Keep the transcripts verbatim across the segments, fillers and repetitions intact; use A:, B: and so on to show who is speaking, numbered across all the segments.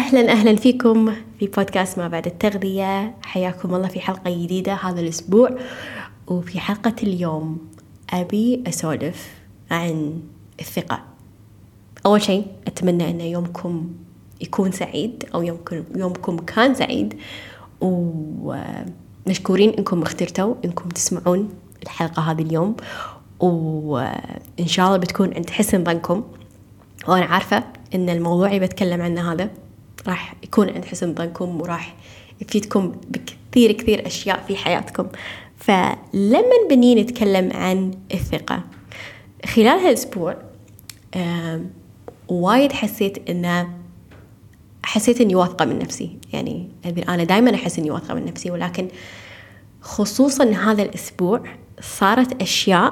A: أهلا أهلا فيكم في بودكاست ما بعد التغذية. حياكم الله في حلقة جديدة هذا الأسبوع. وفي حلقة اليوم أبي أسولف عن الثقة. أول شيء أتمنى أن يومكم يكون سعيد أو يومكم, يومكم كان سعيد، ومشكورين أنكم اخترتوا أنكم تسمعون الحلقة هذه اليوم، وإن شاء الله بتكون عند حسن ظنكم. وأنا عارفة أن الموضوع اللي بتكلم عنه هذا راح يكون عند حسن ظنكم وراح يفيدكم بكثير كثير أشياء في حياتكم. فلما بني نتكلم عن الثقة خلال هالأسبوع، وايد حسيت أن حسيت أني واثقة من نفسي. يعني أنا دايما أحس أني واثقة من نفسي، ولكن خصوصا هذا الأسبوع صارت أشياء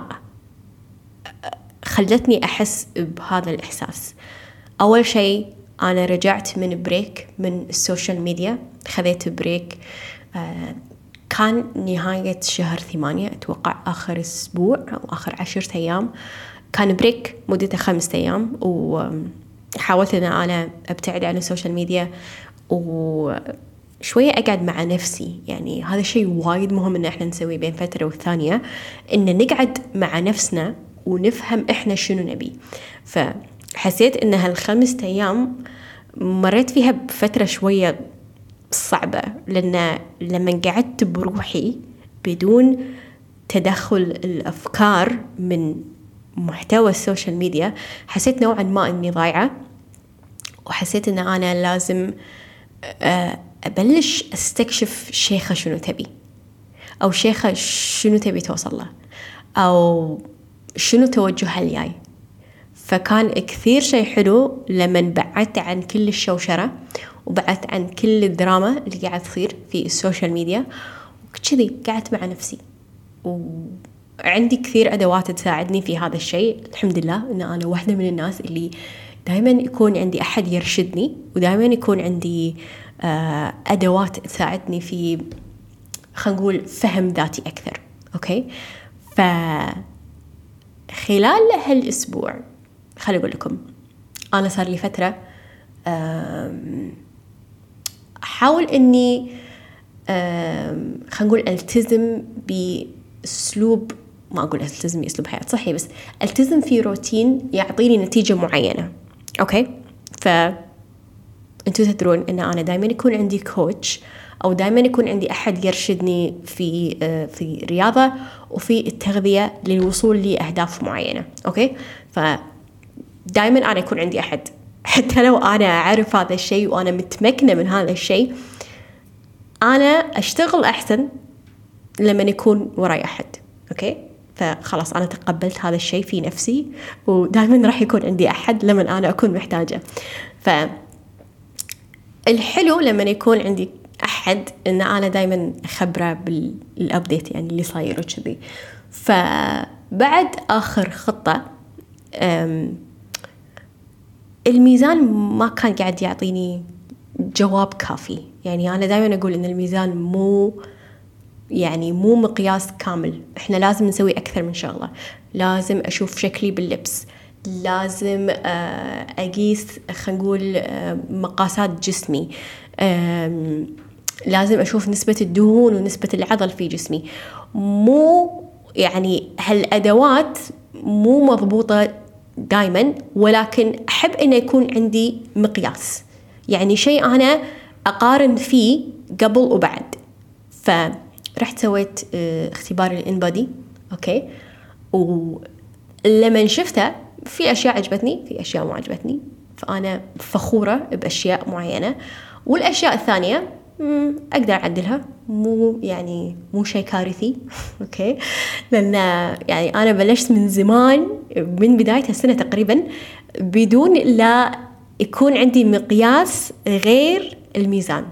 A: خلتني أحس بهذا الإحساس. أول شيء أنا رجعت من بريك من السوشيال ميديا، خذيت بريك آه كان نهاية شهر ثمانية أتوقع، آخر أسبوع أو آخر عشرة أيام. كان بريك مدته خمسة أيام، وحاولت أن أنا أبتعد عن السوشيال ميديا وشوية أقعد مع نفسي. يعني هذا الشيء وايد مهم إن إحنا نسويه بين فترة والثانية، إن نقعد مع نفسنا ونفهم إحنا شنو نبي. فحسيت إن هالخمسة أيام مريت فيها بفترة شوية صعبة، لأن لما قعدت بروحي بدون تدخل الأفكار من محتوى السوشيال ميديا، حسيت نوعا ما إني ضايعة، وحسيت إن أنا لازم أبلش أستكشف شيخة شنو تبي، أو شيخة شنو تبي توصل له، أو شنو توجهها الجاي. فكان كثير شيء حلو لما بعدت عن كل الشوشرة وبعدت عن كل الدراما اللي قاعد تصير في السوشيال ميديا، وكذي قعدت مع نفسي. وعندي كثير أدوات تساعدني في هذا الشيء. الحمد لله إن أنا واحدة من الناس اللي دائما يكون عندي أحد يرشدني، ودائما يكون عندي أدوات تساعدني في، خلينا نقول، فهم ذاتي أكثر. أوكي، ف خلال هالأسبوع خلي أقول لكم، أنا صار لي فترة أحاول إني خلينا نقول ألتزم بأسلوب، ما أقول ألتزم بأسلوب حياة صحي، بس ألتزم في روتين يعطيني نتيجة معينة. أوكي، فأنتوا تدرون إن أنا دائما يكون عندي كوتش، أو دائما يكون عندي أحد يرشدني في في الرياضة وفي التغذية للوصول لأهداف معينة. أوكي، فدائما أنا يكون عندي أحد، حتى لو أنا أعرف هذا الشيء وأنا متمكنة من هذا الشيء، أنا أشتغل أحسن لما يكون وراي أحد. أوكي، فخلاص أنا تقبلت هذا الشيء في نفسي، ودائما راح يكون عندي أحد لما أنا أكون محتاجة. فالحلو لما يكون عندي أحد إن أنا دايما أخبره بالأبديت، يعني اللي صاير وكذي. فبعد آخر خطة الميزان ما كان قاعد يعطيني جواب كافي. يعني أنا دايما أقول إن الميزان مو يعني مو مقياس كامل. إحنا لازم نسوي أكثر من شغلة. لازم أشوف شكلي باللبس، لازم أقيس خلينا نقول مقاسات جسمي، لازم أشوف نسبة الدهون ونسبة العضل في جسمي. مو يعني هالأدوات مو مضبوطة دايما، ولكن أحب أن يكون عندي مقياس، يعني شيء أنا أقارن فيه قبل وبعد. فرحت سويت اختبار الإنبادي. أوكي، ولما شفته في أشياء عجبتني، في أشياء ما عجبتني، فأنا فخورة بأشياء معينة، والأشياء الثانية أقدر أعدلها. مو يعني مو شيء كارثي. أوكي، لأن يعني أنا بلشت من زمان، من بداية السنة تقريبا، بدون لا يكون عندي مقياس غير الميزان.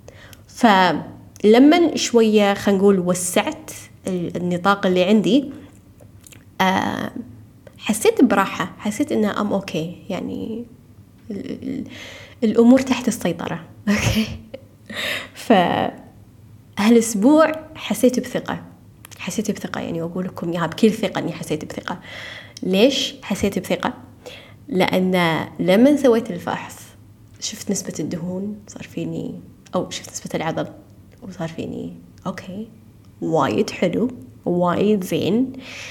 A: فلما شوية خلينا نقول وسعت النطاق اللي عندي، أه حسيت براحة، حسيت إنه أم أوكي، يعني الأمور تحت السيطرة. أوكي، فهالأسبوع حسيت بثقة، حسيت بثقة يعني أقول لكم إياها بكل ثقة إني حسيت بثقة. ليش حسيت بثقة؟ لأن لما سويت الفحص شفت نسبة الدهون صار فيني، أو شفت نسبة العضل وصار فيني أوكي وايد حلو وايد زين.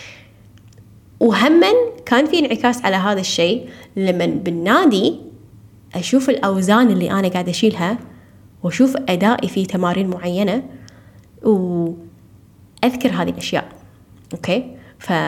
A: وهمن كان في انعكاس على هذا الشيء لما بالنادي أشوف الأوزان اللي أنا قاعدة أشيلها وأشوف أدائي في تمارين معينة وأذكر هذه الأشياء. أوكي،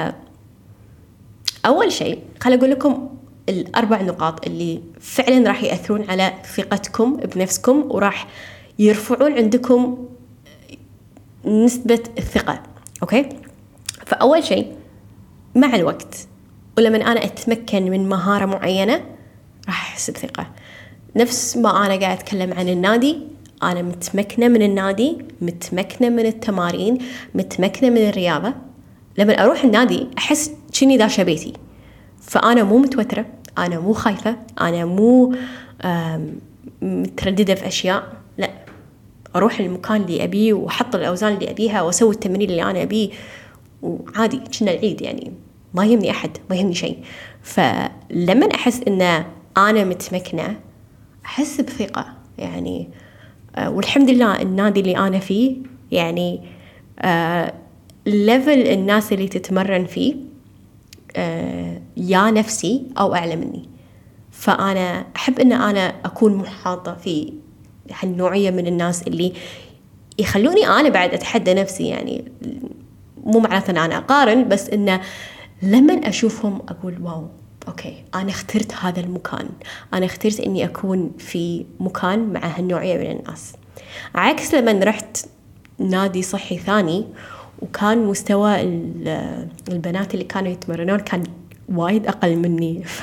A: فأول شيء خل أقول لكم الأربع نقاط اللي فعلا راح يأثرون على ثقتكم بنفسكم وراح يرفعون عندكم نسبة الثقة. أوكي، فأول شيء مع الوقت ولما أنا أتمكن من مهارة معينة راح أحس بثقة. نفس ما أنا قاعد أتكلم عن النادي، أنا متمكنة من النادي، متمكنة من التمارين، متمكنة من الرياضة. لما أروح النادي أحس شني داشة بيتي، فأنا مو متوترة، أنا مو خايفة، أنا مو مترددة في أشياء. لا، أروح المكان اللي أبيه وأحط الأوزان اللي أبيها وأسوي التمرين اللي أنا أبيه وعادي كنا العيد، يعني ما يهمني أحد، ما يهمني شيء. فلما أحس إن أنا متمكنة أحس بثقة يعني. آه والحمد لله النادي اللي أنا فيه يعني آه ليفل الناس اللي تتمرن فيه آه يا نفسي أو أعلى مني. فأنا أحب إن أنا أكون محاطة في هالنوعية من الناس اللي يخلوني أنا بعد أتحدى نفسي. يعني مو معناته أن أنا أقارن، بس إنه لما أشوفهم أقول واو أوكي أنا اخترت هذا المكان، أنا اخترت إني أكون في مكان مع هالنوعية من الناس. عكس لما رحت نادي صحي ثاني وكان مستوى البنات اللي كانوا يتمرنون كان وايد أقل مني، ف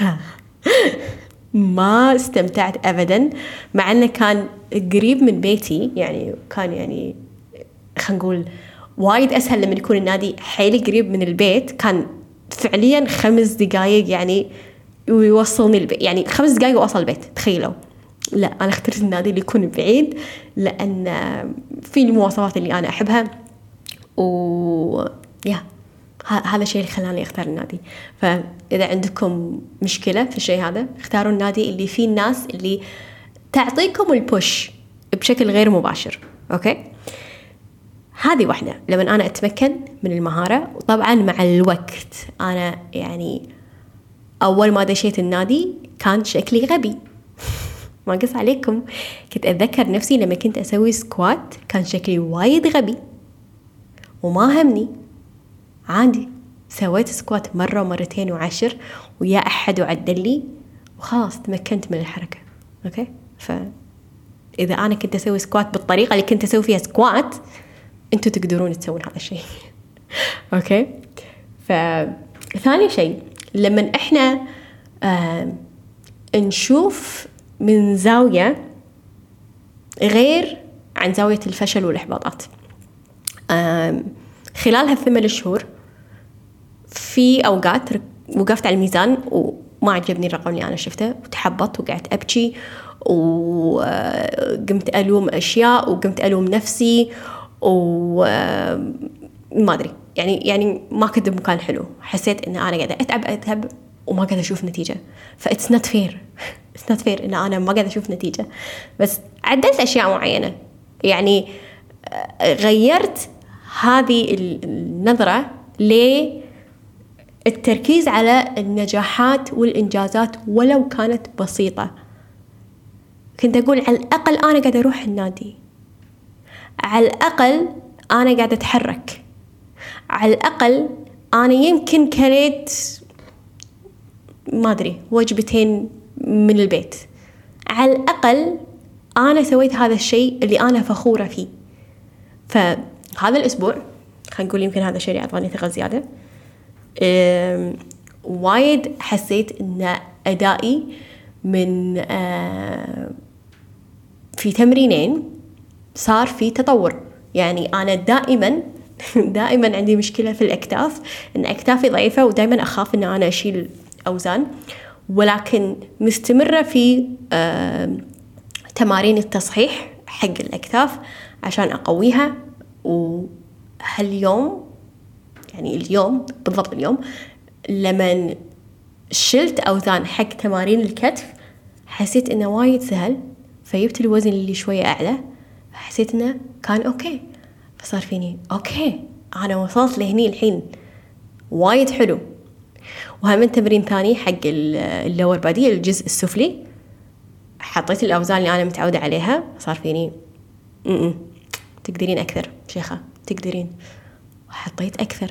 A: ما استمتعت أبدا، مع أنه كان قريب من بيتي. يعني كان يعني خلينا نقول وايد أسهل لما يكون النادي حيل قريب من البيت. كان فعليا خمس دقايق يعني ويوصلني البيت، يعني خمس دقايق وأوصل البيت، تخيلوا. لا، أنا اخترت النادي اللي يكون بعيد لأن في المواصفات اللي أنا أحبها، و يا هذا الشيء اللي خلاني أختار النادي. فإذا عندكم مشكلة في الشيء هذا اختاروا النادي اللي فيه الناس اللي تعطيكم البوش بشكل غير مباشر. أوكي، هذه واحدة لما أنا أتمكن من المهارة. وطبعا مع الوقت أنا يعني أول ما دشيت النادي كان شكلي غبي ما قص عليكم، كنت أتذكر نفسي لما كنت أسوي سكوات كان شكلي وايد غبي وما همني، عادي سويت سكوات مرة ومرتين وعشر ويا أحد وعدل لي وخلاص تمكنت من الحركة. أوكي، فإذا أنا كنت أسوي سكوات بالطريقة اللي كنت أسوي فيها سكوات أنتوا تقدرون تسوون هذا الشيء. أوكي، فثاني شيء لما إحنا آه نشوف من زاوية غير عن زاوية الفشل والإحباطات. آه خلال هالثمان شهور في أوقات وقفت على الميزان وما عجبني الرقم اللي أنا شفته وتحبطت وقعدت أبكي وقمت ألوم أشياء وقمت ألوم نفسي وما أدري يعني يعني ما كنت بمكان حلو. حسيت إن أنا قاعدة أتعب أتعب وما قاعدة أشوف نتيجة. فإتس نوت فير إتس نوت فير إن أنا ما قاعدة أشوف نتيجة. بس عدلت أشياء معينة، يعني غيرت هذه النظرة للتركيز على النجاحات والإنجازات ولو كانت بسيطة. كنت أقول على الأقل أنا قاعدة أروح النادي، على الأقل أنا قاعدة أتحرك، على الأقل أنا يمكن كليت ما أدري وجبتين من البيت، على الأقل أنا سويت هذا الشيء اللي أنا فخورة فيه. فهذا الأسبوع خلينا نقول يمكن هذا الشيء أعطاني ثقة زيادة. وايد حسيت إن أدائي من في تمرينين صار في تطور. يعني أنا دائما دائما عندي مشكلة في الأكتاف، إن أكتافي ضعيفة ودائما أخاف إن أنا أشيل أوزان، ولكن مستمرة في تمارين التصحيح حق الأكتاف عشان أقويها. وهاليوم يعني اليوم بالضبط اليوم لما شلت أوزان حق تمارين الكتف حسيت إنه وايد سهل، فجبت الوزن اللي شوية أعلى، حسيت إنه كان أوكي. فصار فيني أوكي أنا وصلت لهني الحين، وايد حلو. وهم تمرين ثاني حق اللور بادي، الجزء السفلي، حطيت الأوزان اللي أنا متعودة عليها، صار فيني م-م. تقدرين أكثر شيخة، تقدرين. وحطيت أكثر،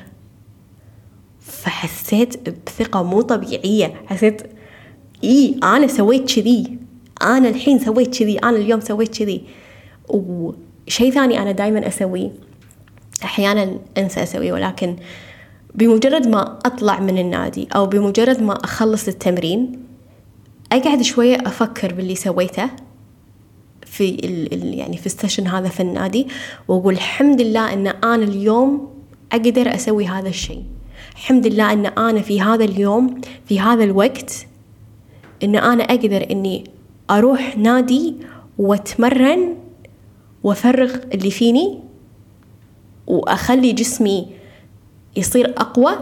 A: فحسيت بثقة مو طبيعية. حسيت إيه أنا سويت كذي، أنا الحين سويت كذي، أنا اليوم سويت كذي. وشيء ثاني أنا دايما أسويه، أحيانا أنسى أسويه، ولكن بمجرد ما أطلع من النادي أو بمجرد ما أخلص التمرين أقعد شوية أفكر باللي سويته في ال ال يعني في السيشن هذا في النادي، وأقول الحمد لله أن أنا اليوم أقدر أسوي هذا الشيء. الحمد لله أن أنا في هذا اليوم في هذا الوقت أن أنا أقدر أني أروح نادي وأتمرن وأفرغ اللي فيني وأخلي جسمي يصير أقوى.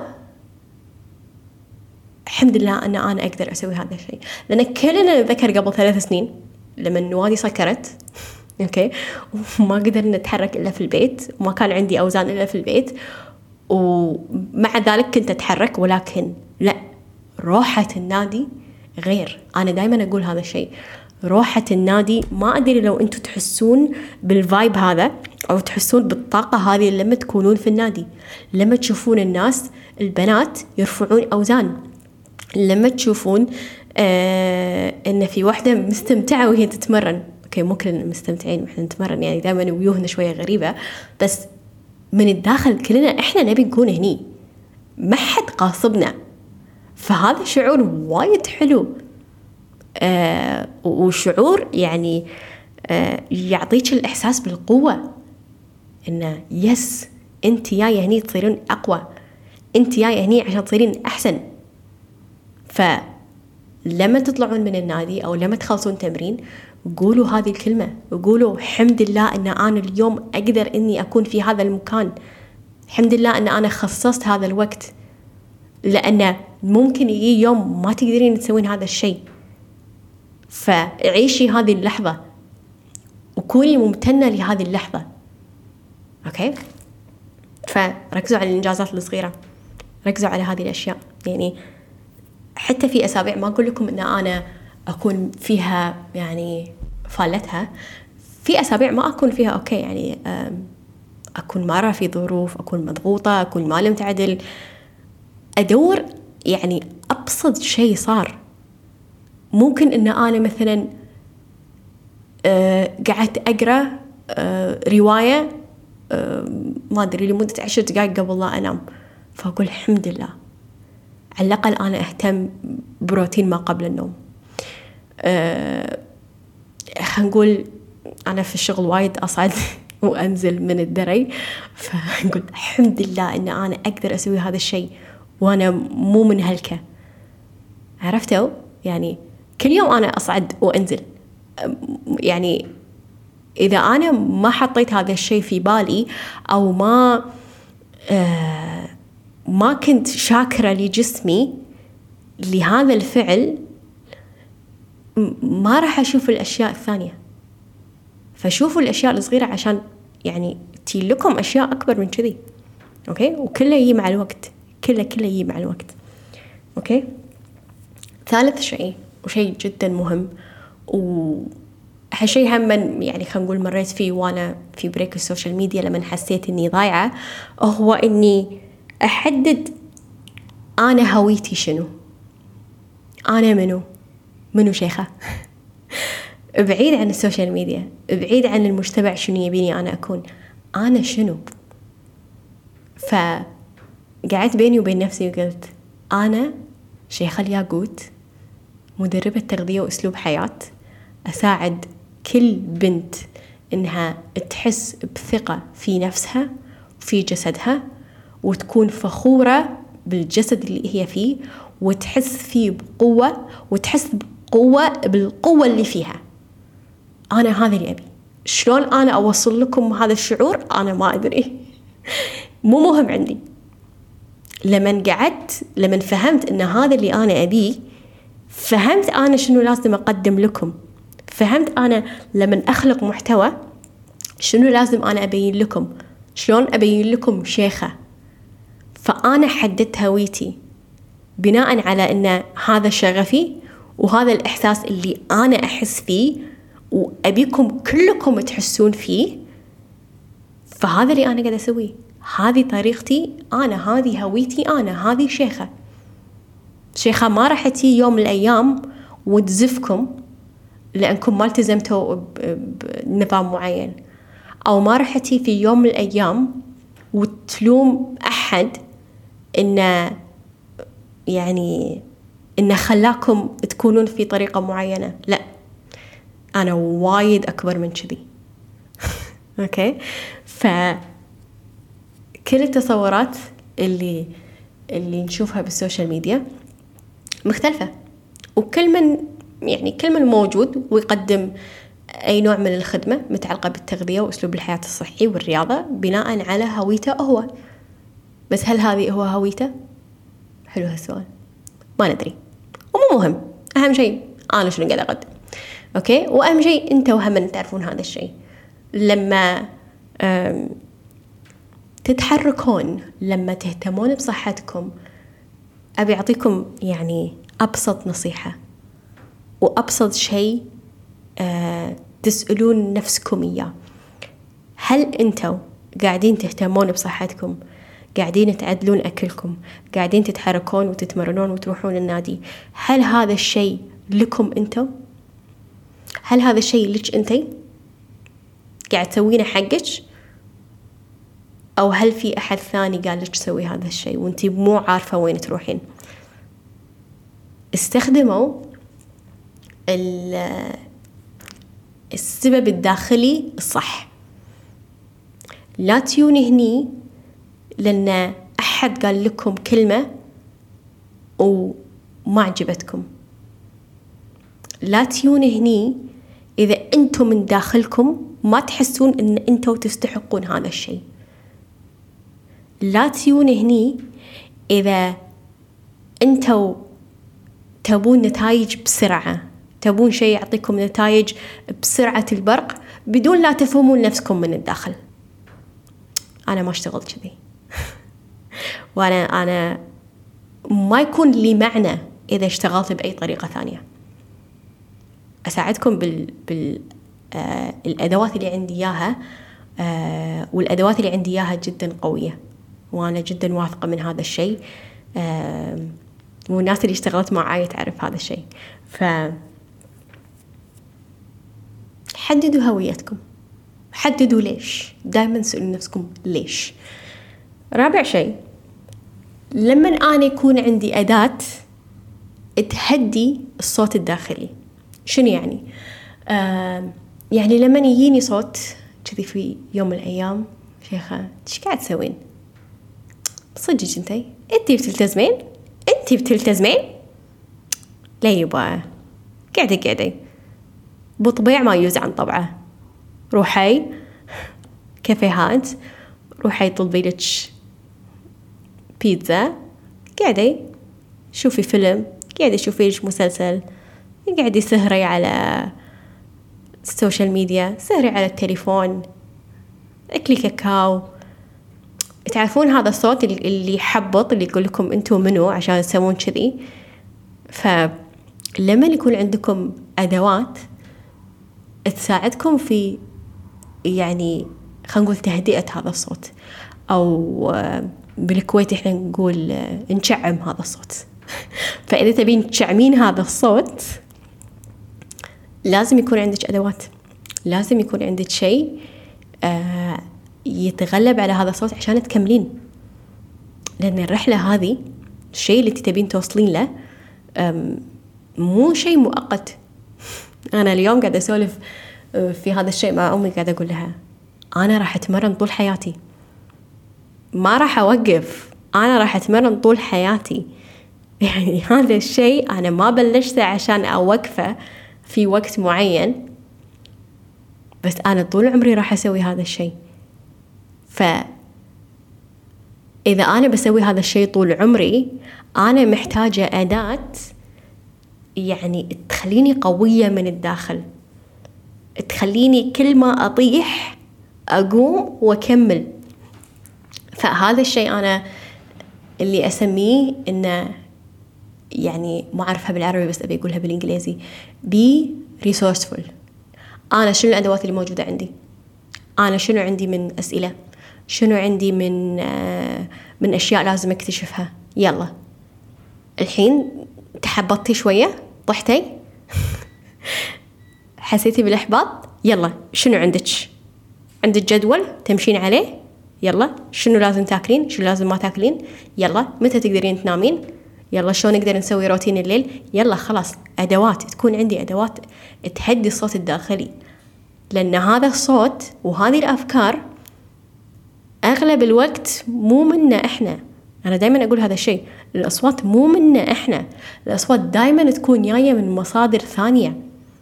A: الحمد لله أن أنا أقدر أسوي هذا الشيء. لأن كلنا نذكر قبل ثلاث سنين لما نوادي سكرت أوكي وما قدرنا نتحرك إلا في البيت، وما كان عندي أوزان إلا في البيت، ومع ذلك كنت أتحرك، ولكن لا، روحة النادي غير. أنا دايما أقول هذا الشيء، روحة النادي، ما أدري لو أنتوا تحسون بالفايب هذا أو تحسون بالطاقة هذه لما تكونون في النادي، لما تشوفون الناس البنات يرفعون أوزان، لما تشوفون آه إن في واحدة مستمتعة وهي تتمرن. أوكي مو كلنا مستمتعين وإحنا نتمرن، يعني دائما ويوهنا شوية غريبة، بس من الداخل كلنا إحنا نبي نكون هني، ما حد قاصبنا. فهذا شعور وايد حلو، آه وشعور يعني آه يعطيك الإحساس بالقوة، إنه يس أنت جاية هني تصيرين أقوى، أنت جاية هني عشان تصيرين أحسن. فلما تطلعون من النادي أو لما تخلصون تمرين قولوا هذه الكلمة، وقولوا الحمد لله أن أنا اليوم أقدر إني أكون في هذا المكان، الحمد لله أن أنا خصصت هذا الوقت، لأن ممكن يجي يوم ما تقدرين تسوين هذا الشيء. فعيشي هذه اللحظة وكوني ممتنة لهذه اللحظة. أوكي، فركزوا على الإنجازات الصغيرة، ركزوا على هذه الأشياء. يعني حتى في أسابيع ما أقول لكم أن أنا أكون فيها يعني فالتها، في أسابيع ما أكون فيها أوكي، يعني أكون مرة في ظروف، أكون مضغوطة، أكون ما لم تعدل، أدور يعني أبسط شيء صار. ممكن أن أنا مثلا أه قعدت أقرأ أه رواية أه ما أدري لمدة عشر دقائق قبل لا أنام، فأقول الحمد لله على الأقل أنا أهتم بروتين ما قبل النوم. أه هنقول أنا في الشغل وايد أصعد وأنزل من الدري، فنقول الحمد لله أن أنا أقدر أسوي هذا الشيء وأنا مو منهلكة. عرفتوا؟ يعني كل يوم أنا أصعد وأنزل. يعني إذا أنا ما حطيت هذا الشيء في بالي أو ما آه ما كنت شاكرة لجسمي لهذا الفعل، ما راح أشوف الأشياء الثانية. فشوفوا الأشياء الصغيرة عشان يعني تي لكم أشياء أكبر من كذي. أوكي، وكله يجي مع الوقت، كله كله يجي مع الوقت. أوكي، ثالث شيء وشيء جدا مهم، وهالشيء هم من يعني خلينا نقول مريت فيه وأنا في بريك السوشيال ميديا لما حسيت إني ضايعة، هو إني أحدد أنا هويتي شنو، أنا منو منو شيخة بعيد عن السوشيال ميديا، بعيد عن المجتمع شنو يبيني أنا أكون، أنا شنو. فقعدت بيني وبين نفسي وقلت أنا شيخة الياقوت، مدربة تغذية وأسلوب حياة، أساعد كل بنت إنها تحس بثقة في نفسها وفي جسدها، وتكون فخورة بالجسد اللي هي فيه، وتحس فيه بقوة، وتحس بقوة بالقوة اللي فيها. أنا هذا اللي أبي. شلون أنا أوصل لكم هذا الشعور أنا ما أدري مو مهم عندي. لمن قعدت لمن فهمت إن هذا اللي أنا أبيه، فهمت أنا شنو لازم أقدم لكم، فهمت أنا لما أخلق محتوى شنو لازم أنا أبين لكم، شلون أبين لكم شيخة. فأنا حددت هويتي بناء على أن هذا شغفي وهذا الإحساس اللي أنا أحس فيه وأبيكم كلكم تحسون فيه. فهذا اللي أنا قاعدة أسويه، هذه طريقتي أنا، هذه هويتي أنا، هذه شيخة. شيخة ما راح تي يوم من الأيام وتزفكم لأنكم ما التزمتوا بنظام معين، أو ما راح تي في يوم من الأيام وتلوم أحد إنه يعني إنه خلاكم تكونون في طريقة معينة. لا، أنا وايد أكبر من كذي. أوكي، فكل التصورات اللي اللي نشوفها بالسوشيال ميديا مختلفة، وكل من يعني كل من موجود ويقدم أي نوع من الخدمة متعلقة بالتغذية وأسلوب الحياة الصحي والرياضة بناء على هويته هو. بس هل هذه هو هويته؟ حلو هالسؤال، ما ندري ومو مهم. أهم شيء أنا شنو قاعد أقدم. أوكي، وأهم شيء أنتوا هم تعرفون هذا الشيء. لما تتحركون، لما تهتمون بصحتكم، أبي أعطيكم يعني أبسط نصيحة وأبسط شيء أه تسألون نفسكم إياه. هل أنتوا قاعدين تهتمون بصحتكم، قاعدين تعدلون أكلكم، قاعدين تتحركون وتتمرنون وتروحون النادي؟ هل هذا الشيء لكم أنتوا؟ هل هذا الشيء لك أنتي قاعد تسوينه حقك، أو هل في أحد ثاني قال لك سوي هذا الشيء وأنتي مو عارفة وين تروحين؟ استخدموا السبب الداخلي الصح. لا تيوني هني لأن أحد قال لكم كلمة وما عجبتكم. لا تيوني هني إذا أنتم من داخلكم ما تحسون أن أنتم تستحقون هذا الشيء. لا تيوني هني إذا أنتم تبون نتائج بسرعة، تبون شيء يعطيكم نتائج بسرعة البرق بدون لا تفهمون نفسكم من الداخل. أنا ما اشتغلت كذي. وأنا أنا ما يكون لي معنى إذا اشتغلت بأي طريقة ثانية. أساعدكم بال بال آه الأدوات اللي عندي إياها، آه والأدوات اللي عندي إياها جدا قوية، وأنا جدا واثقة من هذا الشيء، آه والناس اللي اشتغلت معاي تعرف هذا الشيء. ف حددوا هويتكم، حددوا ليش. دائما سألوا نفسكم ليش. رابع شيء، لما أنا يكون عندي أداة تهدي الصوت الداخلي. شنو يعني؟ آه يعني لما يجيني صوت كذي في يوم من الأيام، شيخة إيش قاعد تسوين؟ صدقك أنتي أنتي بتلتزمين؟ أنتي بتلتزمين؟ لا يبا، قاعدة قاعدة بطبيع ما يوز عن طبعه. روحي كافيهات، روحي طلبي لك بيتزا، قاعدة شوفي فيلم، قاعدة شوفي لك مسلسل، قاعدة سهري على السوشيال ميديا، سهري على التليفون، اكلي كاكاو. تعرفون هذا الصوت اللي يحبط، اللي يقول لكم انتوا منو عشان تسوون كذي. فلما يكون عندكم أدوات تساعدكم في يعني خلينا نقول تهدئة هذا الصوت، أو بالكويت إحنا نقول نشعم هذا الصوت. فإذا تبين تشعمين هذا الصوت لازم يكون عندك أدوات، لازم يكون عندك شيء آه يتغلب على هذا الصوت عشان تكملين. لأن الرحلة هذه الشيء اللي تبين توصلين له مو شيء مؤقت. أنا اليوم قاعدة أسولف في هذا الشيء مع أمي، قاعدة أقول لها أنا راح أتمرن طول حياتي، ما راح أوقف، أنا راح أتمرن طول حياتي. يعني هذا الشيء أنا ما بلشته عشان أوقفه في وقت معين، بس أنا طول عمري راح أسوي هذا الشيء. فإذا أنا بسوي هذا الشيء طول عمري، أنا محتاجة أداة يعني تخليني قوية من الداخل، تخليني كل ما أطيح أقوم وأكمل. فهذا الشيء أنا اللي أسميه إنه يعني ما أعرفها بالعربي بس أبي أقولها بالإنجليزي، be resourceful. أنا شنو الأدوات اللي موجودة عندي؟ أنا شنو عندي من أسئلة؟ شنو عندي من آه من أشياء لازم أكتشفها؟ يلا الحين تحبطتي شوية، طحتي حسيتي بالإحباط، يلا شنو عندك؟ عندك جدول تمشين عليه؟ يلا شنو لازم تاكلين، شنو لازم ما تاكلين، يلا متى تقدرين تنامين، يلا شلون نقدر نسوي روتين الليل. يلا خلاص أدوات، تكون عندي أدوات تهدي الصوت الداخلي، لأن هذا الصوت وهذه الأفكار أغلب الوقت مو منا إحنا. أنا دايما أقول هذا الشيء، الأصوات مو منا إحنا، الأصوات دايما تكون جاية من مصادر ثانية،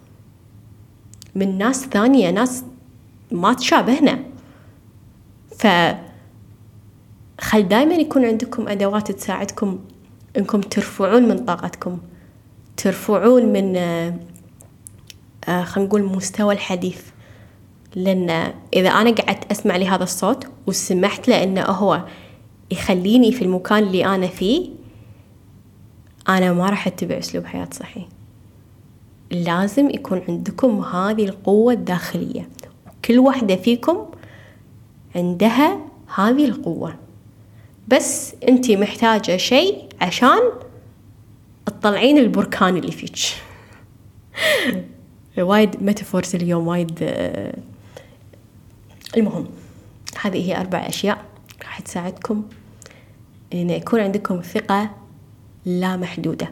A: من ناس ثانية، ناس ما تشابهنا. فخل دايما يكون عندكم أدوات تساعدكم إنكم ترفعون من طاقتكم، ترفعون من آه آه خلينا نقول مستوى الحديث. لأن إذا أنا قعدت أسمع لهذا الصوت وسمحت له إنه هو يخليني في المكان اللي أنا فيه، أنا ما راح أتبع أسلوب حياة صحي. لازم يكون عندكم هذه القوة الداخلية، كل واحدة فيكم عندها هذه القوة، بس أنتي محتاجة شيء عشان تطلعين البركان اللي فيك. وايد ميتافورز اليوم، وايد. المهم هذه هي أربع أشياء راح تساعدكم إن يكون عندكم ثقة لا محدودة،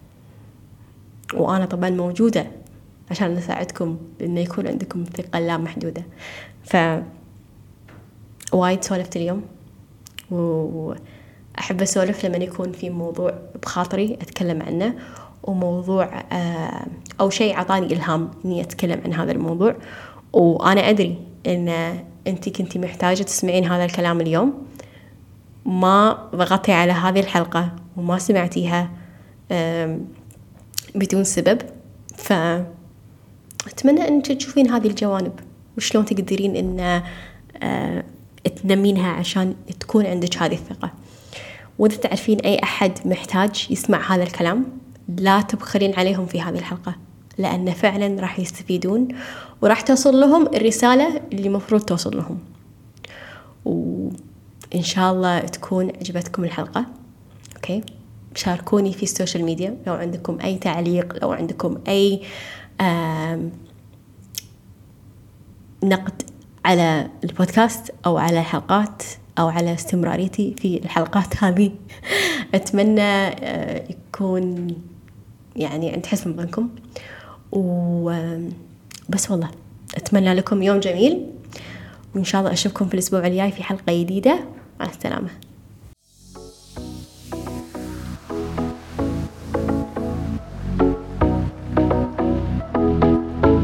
A: وأنا طبعا موجودة عشان أساعدكم إن يكون عندكم ثقة لا محدودة. ف وايد سولفت اليوم، وأحب أسولف لما يكون في موضوع بخاطري أتكلم عنه، وموضوع أو شيء عطاني إلهام إني أتكلم عن هذا الموضوع. وأنا أدري إن أنتي كنتي محتاجة تسمعين هذا الكلام اليوم، ما ضغطتي على هذه الحلقة وما سمعتيها بدون سبب. فأتمنى أن تشوفين هذه الجوانب وشلون تقدرين إن تنمينها عشان تكون عندك هذه الثقة. وإذا تعرفين أي أحد محتاج يسمع هذا الكلام، لا تبخلين عليهم في هذه الحلقة، لأن فعلا راح يستفيدون وراح توصل لهم الرسالة اللي مفروض توصل لهم. وإن شاء الله تكون عجبتكم الحلقة. أوكي، شاركوني في السوشيال ميديا لو عندكم أي تعليق، لو عندكم أي نقد على البودكاست أو على الحلقات أو على استمراريتي في الحلقات هذه. أتمنى يكون يعني عند حسن ظنكم، وبس والله أتمنى لكم يوم جميل، وإن شاء الله أشوفكم في الأسبوع الجاي في حلقة جديدة. مع السلامة.